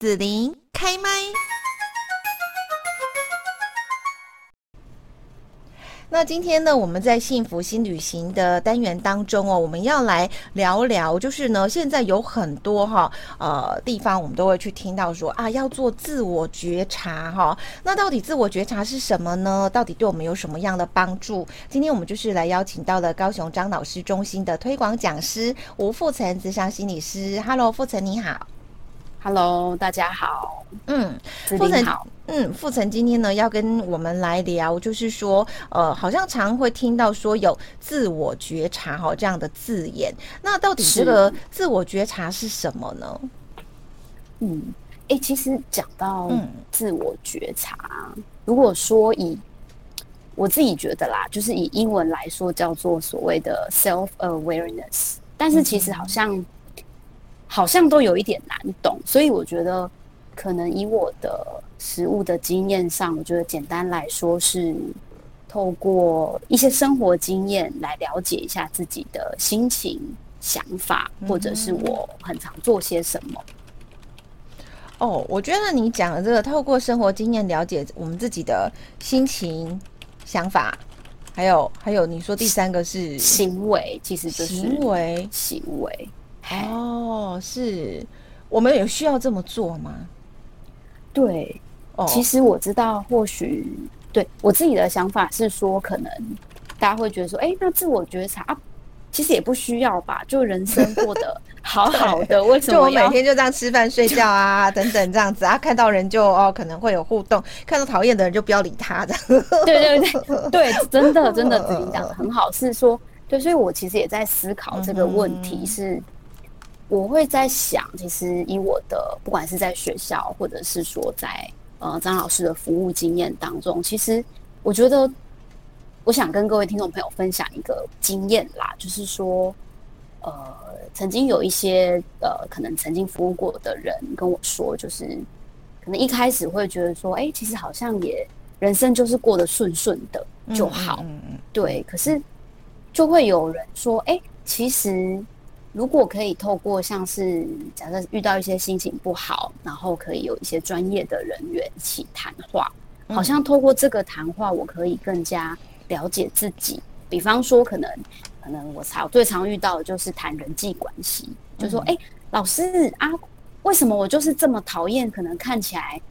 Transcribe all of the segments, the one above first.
子琳开麦。那今天呢，我们在幸福新旅行的单元当中哦，我们要来聊聊，就是呢，现在有很多地方我们都会去听到说啊，要做自我觉察哈。那到底自我觉察是什么呢？到底对我们有什么样的帮助？今天我们就是来邀请到了高雄张老师中心的推广讲师吴富成諮商心理师。Hello， 富成你好。 Hello， 大家好。 富成好。富成今天呢要跟我们来聊，就是说，好像常会听到说有自我觉察这样的字眼。那到底这个自我觉察是什么呢？ 其实讲到自我觉察，如果说我自己觉得啦，就是以英文来说叫做所谓的 self awareness， 但是其实好像都有一点难懂，所以我觉得可能以我的实务的经验上，我觉得简单来说是透过一些生活经验来了解一下自己的心情、想法，或者是我很常做些什么。 我觉得你讲的这个透过生活经验了解我们自己的心情、想法，还有你说第三个是行为，其实就是行为。 是我们有需要这么做吗？ 对，其实我知道，或许对我自己的想法是说，可能大家会觉得说，那自我觉察其实也不需要吧，就人生过得好好的，为什么就我每天就这样吃饭睡觉啊等等这样子啊，看到人就可能会有互动，看到讨厌的人就不要理他这样。 对，真的子琳讲的很好，是说对，所以我其实也在思考这个问题是。我会在想，其实以我的不管是在学校，或者是说在张老师的服务经验当中，其实我觉得，我想跟各位听众朋友分享一个经验啦，就是说，曾经有一些可能曾经服务过的人跟我说，就是可能一开始会觉得说，其实好像也人生就是过得顺顺的就好，对，可是就会有人说，其实。如果可以透过像是假设遇到一些心情不好，然后可以有一些专业的人员一起谈话，好像透过这个谈话，我可以更加了解自己。比方说，可能我最常遇到的就是谈人际关系，就说老师啊，为什么我就是这么讨厌？可能看起来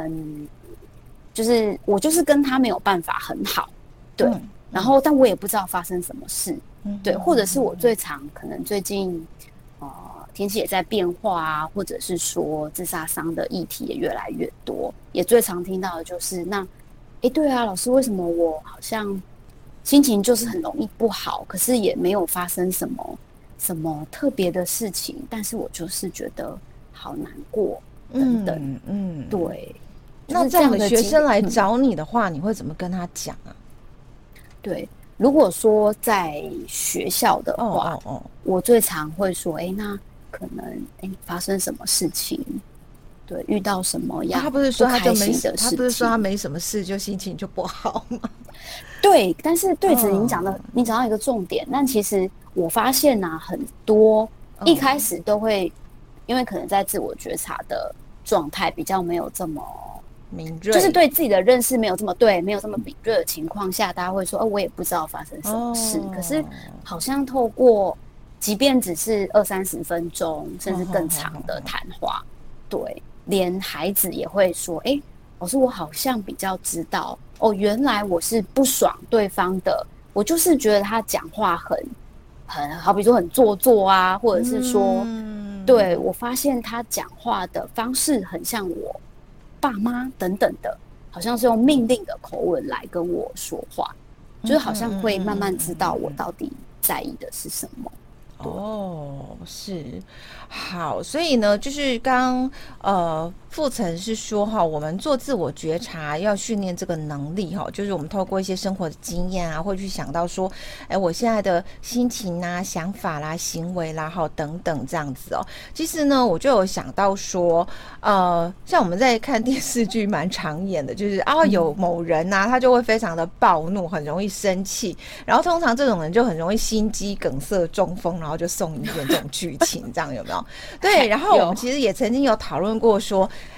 就是我就是跟他没有办法很好，对，然后但我也不知道发生什么事。对，或者是我最常可能最近天气也在变化啊，或者是说自杀伤的议题也越来越多，也最常听到的就是对啊，老师为什么我好像心情就是很容易不好，可是也没有发生什么特别的事情，但是我就是觉得好难过等等，对。 那这样的学生来找你的话，你会怎么跟他讲啊？ 对。如果说在学校的话，我最常会说，那可能发生什么事情，对，遇到什么样不开心的事情， 他不是说他没什么事就心情就不好吗？ 对，但是对子你讲到一个重点，但其实我发现很多一开始都会，因为可能在自我觉察的状态比较没有这么。 敏锐， 就是对自己的认识没有这么敏锐的情况下，大家会说，我也不知道发生什么事。可是好像透过，即便只是20-30分钟，甚至更长的谈话，对，连孩子也会说，老师，我好像比较知道，原来我是不爽对方的，我就是觉得他讲话很好比说很做作啊，或者是说，对，我发现他讲话的方式很像我爸妈等等的，好像是用命令的口吻来跟我说话，就是好像会慢慢知道我到底在意的是什么。 是好，所以呢，就是刚富成是说我们做自我觉察要训练这个能力就是我们透过一些生活的经验啊，会去想到说，我现在的心情啊、想法啦、行为啦，等等这样子其实呢，我就有想到说，像我们在看电视剧蛮常演的，就是有某人啊，他就会非常的暴怒，很容易生气，然后通常这种人就很容易心肌梗塞、中风，然后就送医院这种剧情，这样有没有？对，然后我们其实也曾经有讨论过说，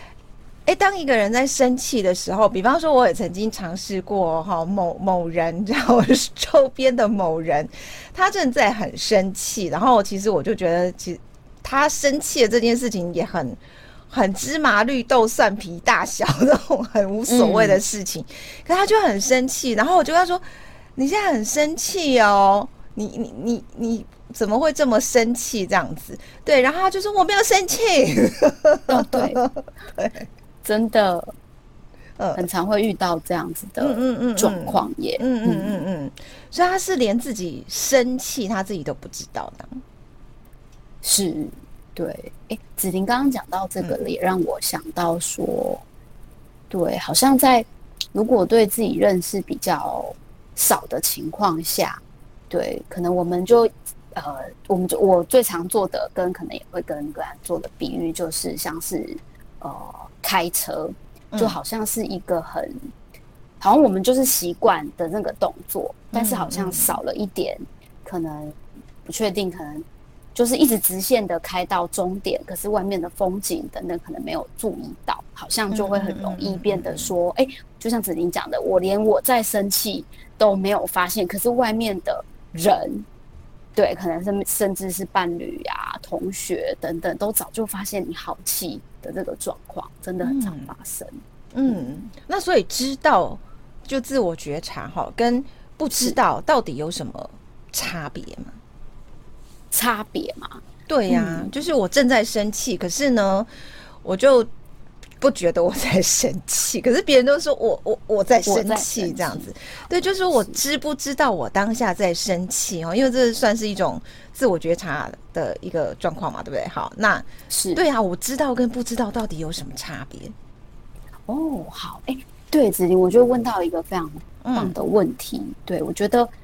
当一个人在生气的时候，比方说，我也曾经尝试过哈，某人，然后周边的某人，他正在很生气，然后其实我就觉得，其实他生气的这件事情也很芝麻绿豆蒜皮大小那种很无所谓的事情，可他就很生气，然后我就跟他说：“你现在很生气哦，你怎么会这么生气？这样子，对。”然后他就说：“我没有生气。” 哦，对， 对。 真的，很常会遇到这样子的状况耶。 所以他是连自己生气他自己都不知道的。 是，对。子琳刚刚讲到这个，也让我想到说，对，好像在如果对自己认识比较少的情况下，对，可能我们就我最常做的，跟可能也会跟个案做的比喻，就是像是开车，就好像是一个好像我们就是习惯的那个动作，但是好像少了一点，可能不确定，可能就是一直直线的开到终点，可是外面的风景等等可能没有注意到，好像就会很容易变得说，就像子琳讲的，我连我在生气都没有发现，可是外面的人。对，可能甚至是伴侣啊、同学等等，都早就发现你好气的这个状况，真的很常发生。 那所以知道就自我觉察哈，跟不知道到底有什么差别吗？ 差别嘛？ 对呀，就是我正在生气，可是呢，我就不觉得我在生气，可是别人都说我在生气这样子。对，就是我知不知道我当下在生气哦？因为这算是一种自我觉察的一个状况嘛，对不对？好，那是对啊，我知道跟不知道到底有什么差别？ 哦，好，对，子琳，我就问到一个非常棒的问题。对，我觉得，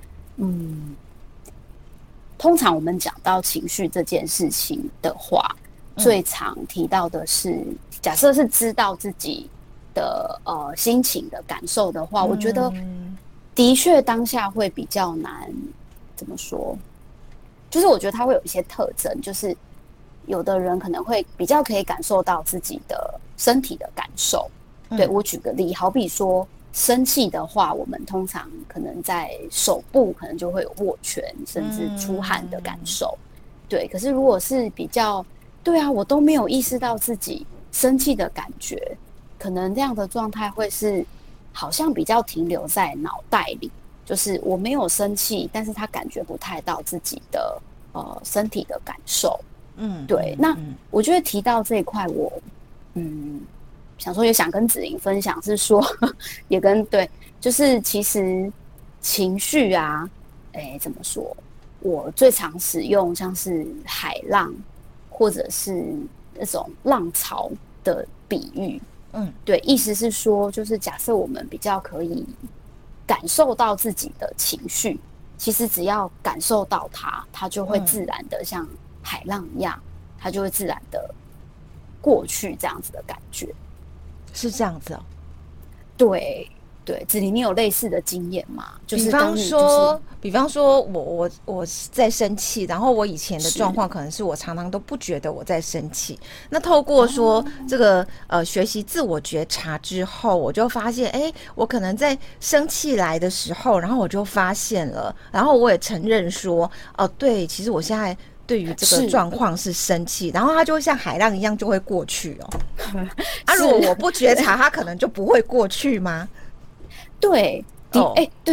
通常我们讲到情绪这件事情的话，最常提到的是，假设是知道自己的心情的感受的话，我觉得的确当下会比较难。怎么说？就是我觉得它会有一些特征，就是有的人可能会比较可以感受到自己的身体的感受。对，我举个例，好比说生气的话，我们通常可能在手部可能就会有握拳，甚至出汗的感受。对，可是如果是比较对啊，我都没有意识到自己生气的感觉，可能这样的状态会是好像比较停留在脑袋里，就是我没有生气，但是他感觉不太到自己的身体的感受。对。那我觉得提到这一块，我想说也想跟子琳分享，是说也跟对，就是其实情绪啊，怎么说？我最常使用像是海浪。或者是那种浪潮的比喻，对，意思是说，就是假设我们比较可以感受到自己的情绪，其实只要感受到它就会自然的像海浪一样，它就会自然的过去，这样子的感觉， 是这样子哦。 对。对，子琳，你有类似的经验吗？就是比方说我在生气，然后我以前的状况可能是我常常都不觉得我在生气。那透过说这个学习自我觉察之后，我就发现，我可能在生气来的时候，然后我就发现了，然后我也承认说，对，其实我现在对于这个状况是生气，然后它就会像海浪一样就会过去哦。如果我不觉察，它可能就不会过去吗？ 对，对，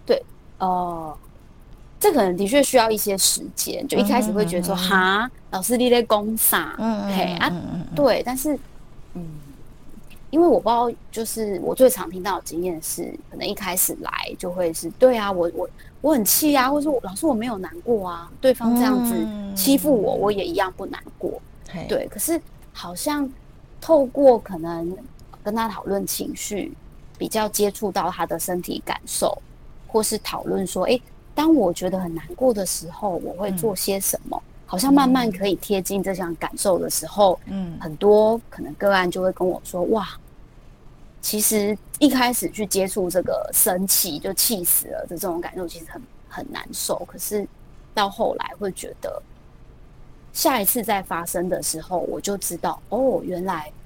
这可能的确需要一些时间。就一开始会觉得说，哈，老师你在讲啥？对，但是，因为我不知道，就是我最常听到的经验是，可能一开始来就会是，对啊，我很气啊，或者说老师我没有难过啊，对方这样子欺负我，我也一样不难过。对，可是好像透过可能跟他讨论情绪。比较接触到他的身体感受，或是讨论说，当我觉得很难过的时候，我会做些什么？好像慢慢可以贴近这项感受的时候，很多可能个案就会跟我说，哇，其实一开始去接触这个生气就气死了的这种感受，其实很难受。可是到后来会觉得，下一次再发生的时候，我就知道，原来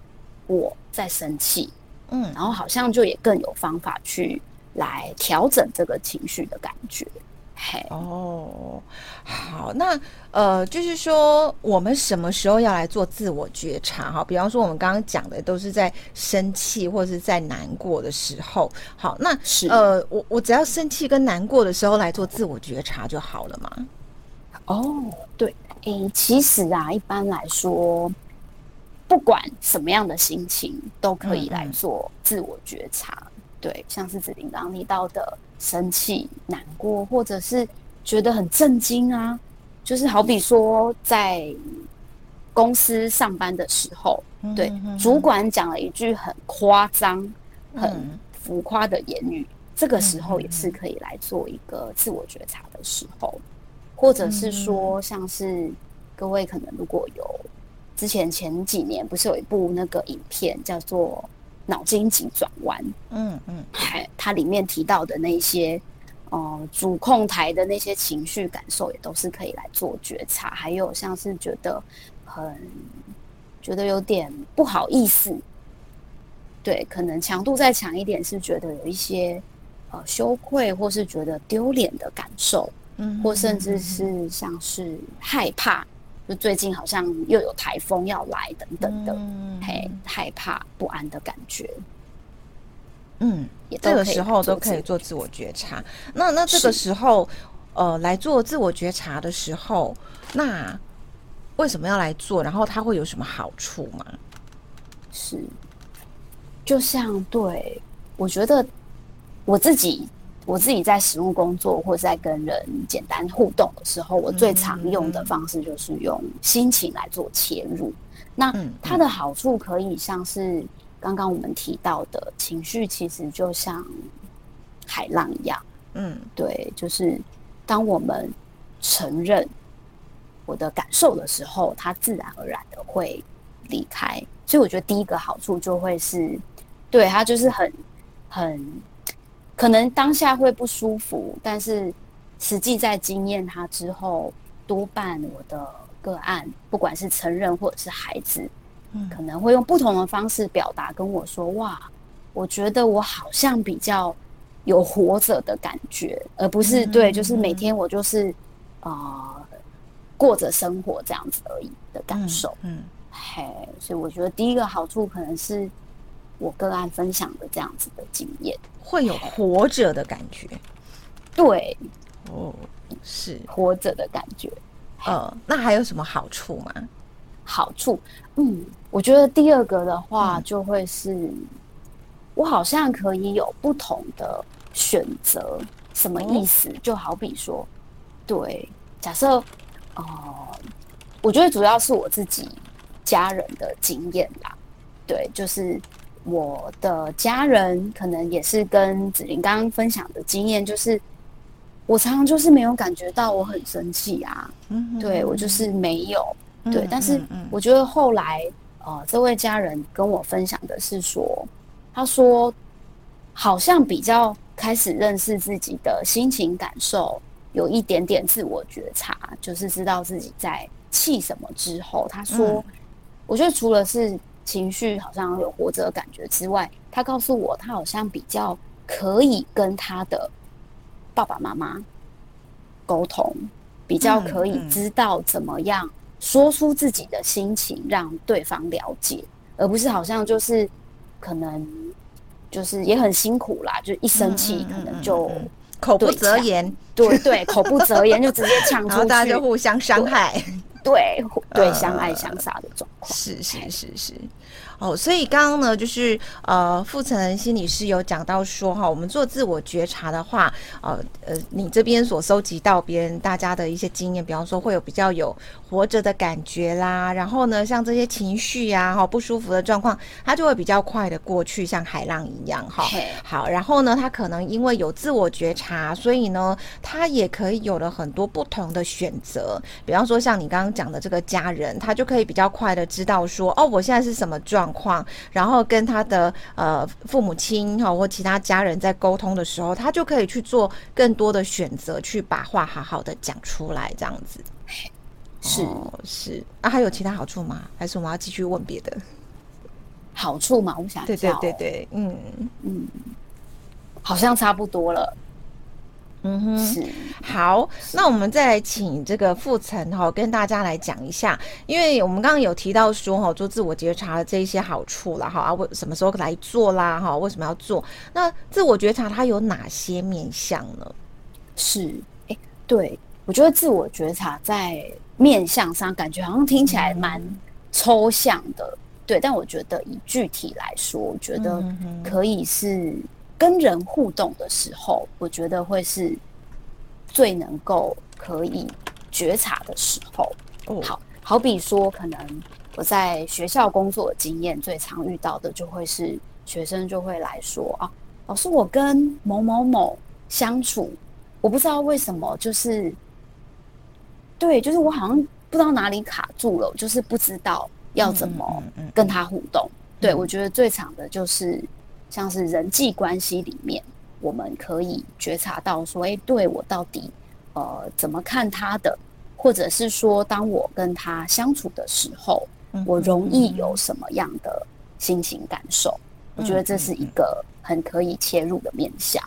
我在生气，然后好像就也更有方法去来调整这个情绪的感觉。 哦，好，那就是说，我们什么时候要来做自我觉察？哈，比方说我们刚刚讲的都是在生气或是在难过的时候。好，那是我只要生气跟难过的时候来做自我觉察就好了嘛？ 哦，对，其实啊，一般来说，不管什么样的心情，都可以来做自我觉察。对，像是子琳刚刚提到的生气、难过，或者是觉得很震惊啊，就是好比说在公司上班的时候，对，主管讲了一句很夸张、很浮夸的言语，这个时候也是可以来做一个自我觉察的时候。或者是说，像是各位可能如果有之前几年不是有一部那个影片叫做《脑筋急转弯》，它里面提到的那些主控台的那些情绪感受，也都是可以来做觉察。还有像是觉得有点不好意思，对，可能强度再强一点，是觉得有一些羞愧或是觉得丢脸的感受。或甚至是像是害怕，就最近好像又有台风要来等等的，害怕不安的感觉， 这个时候都可以做自我觉察。那这个时候，来做自我觉察的时候，那为什么要来做？然后它会有什么好处吗？ 是，就像对，我觉得我自己在实务工作或者在跟人简单互动的时候，我最常用的方式就是用心情来做切入。那它的好处可以像是刚刚我们提到的情绪，其实就像海浪一样。对，就是当我们承认我的感受的时候，它自然而然的会离开。所以我觉得第一个好处就会是，对，它就是很可能当下会不舒服，但是实际在经验它之后，多半我的个案，不管是成人或者是孩子，可能会用不同的方式表达跟我说：“哇，我觉得我好像比较有活着的感觉，而不是对，就是每天我就是过着生活这样子而已的感受。”所以我觉得第一个好处可能是我个案分享的这样子的经验。 会有活着的感觉， 对， 是活着的感觉。 那还有什么好处吗？ 好处，我觉得第二个的话就会是，我好像可以有不同的选择。什么意思？就好比说，对，假设，我觉得主要是我自己家人的经验啦，对，就是我的家人可能也是跟子琳刚刚分享的经验，就是我常常就是没有感觉到我很生气啊，对，我就是没有，对，但是我觉得后来这位家人跟我分享的是说，他说好像比较开始认识自己的心情感受，有一点点自我觉察，就是知道自己在气什么之后，他说，我觉得除了是情绪好像有活着的感觉之外，他告诉我他好像比较可以跟他的爸爸妈妈沟通，比较可以知道怎么样说出自己的心情，让对方了解，而不是好像就是可能就是也很辛苦啦，就一生气可能就口不择言， 对，口不择言就直接呛出去， 然后大家就互相伤害， 对，相爱相杀的状况， 是。所以刚刚呢，就是傅成心理师有讲到说哈，我们做自我觉察的话，你这边所收集到别人大家的一些经验，比方说会有比较有活着的感觉啦，然后呢，像这些情绪啊，不舒服的状况，它就会比较快的过去，像海浪一样哈。好，然后呢，他可能因为有自我觉察，所以呢，他也可以有了很多不同的选择，比方说像你刚刚讲的这个家人，他就可以比较快的知道说，我现在是什么状况，然后跟他的父母亲或其他家人在沟通的时候，他就可以去做更多的选择，去把话好好的讲出来，这样子。 是还有其他好处吗？还是我们要继续问别的？ 好处嘛，我想一下、 对， 好像差不多了。是好，那我们再来请这个傅岑跟大家来讲一下，因为我们刚刚有提到说做自我觉察的这一些好处啦，什么时候来做啦，为什么要做？那自我觉察它有哪些面向呢？ 是，对，我觉得自我觉察在面向上感觉好像听起来蛮抽象的，对，但我觉得以具体来说，我觉得可以是跟人互动的时候，我觉得会是最能够可以觉察的时候。好比说，可能我在学校工作的经验最常遇到的，就会是学生就会来说啊，老师，我跟某某某相处，我不知道为什么，就是我好像不知道哪里卡住了，就是不知道要怎么跟他互动。对，我觉得最常的就是像是人际关系里面，我们可以觉察到说，对，我到底怎么看他的，或者是说，当我跟他相处的时候，我容易有什么样的心情感受？我觉得这是一个很可以切入的面向。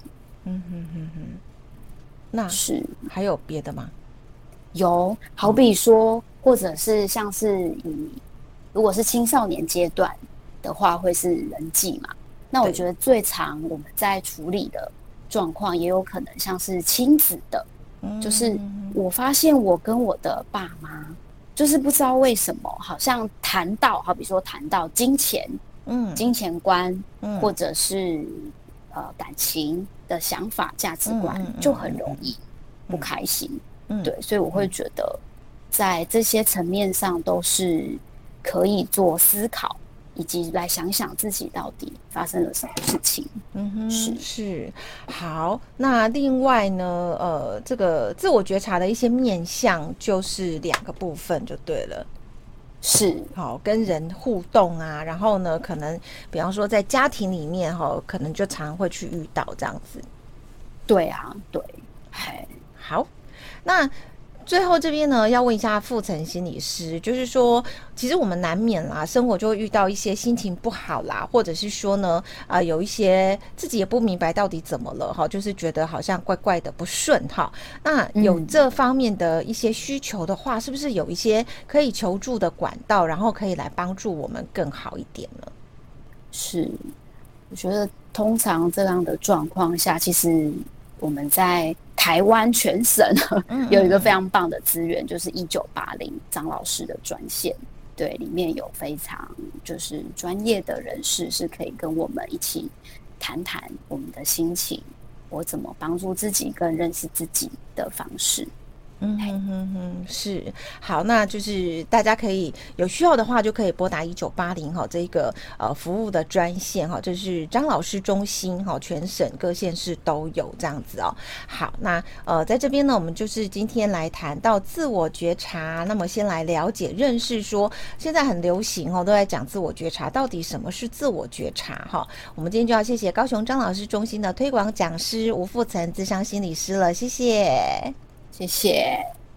那是还有别的吗？ 有，好比说，或者是像是如果是青少年阶段的话，会是人际嘛。那我觉得最常我们在处理的状况，也有可能像是亲子的，就是我发现我跟我的爸妈，就是不知道为什么，好像好比说谈到金钱，金钱观，或者是感情的想法、价值观，就很容易不开心。对，所以我会觉得，在这些层面上都是可以做思考，以及来想想自己到底发生了什么事情。 是好。那另外呢，这个自我觉察的一些面向就是2个部分就对了。 是好，跟人互动啊，然后呢，可能比方说在家庭里面可能就常会去遇到这样子。 对啊，对， 好。那最后这边呢，要问一下傅岑心理师，就是说，其实我们难免啦，生活就会遇到一些心情不好啦，或者是说呢，有一些自己也不明白到底怎么了就是觉得好像怪怪的不顺那有这方面的一些需求的话，是不是有一些可以求助的管道，然后可以来帮助我们更好一点呢？ 是，我觉得通常这样的状况下，其实我们在台湾全省有一个非常棒的资源，就是1980张老师的专线。对，里面有非常就是专业的人士，是可以跟我们一起谈谈我们的心情，我怎么帮助自己更认识自己的方式。 是好，那就是大家可以有需要的话，就可以拨打1980这个服务的专线这是张老师中心全省各县市都有这样子好，那在这边呢，我们就是今天来谈到自我觉察。那么先来了解认识说，现在很流行都在讲自我觉察，到底什么是自我觉察我们今天就要谢谢高雄张老师中心的推广讲师吴傅岑諮商心理师了，谢谢。 谢谢，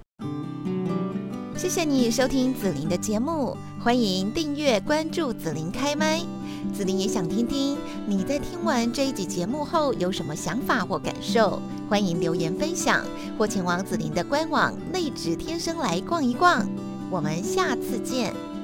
谢谢你收听子琳的节目，欢迎订阅关注子琳开麦。子琳也想听听你在听完这一集节目后有什么想法或感受，欢迎留言分享，或前往子琳的官网内指天生来逛一逛。我们下次见。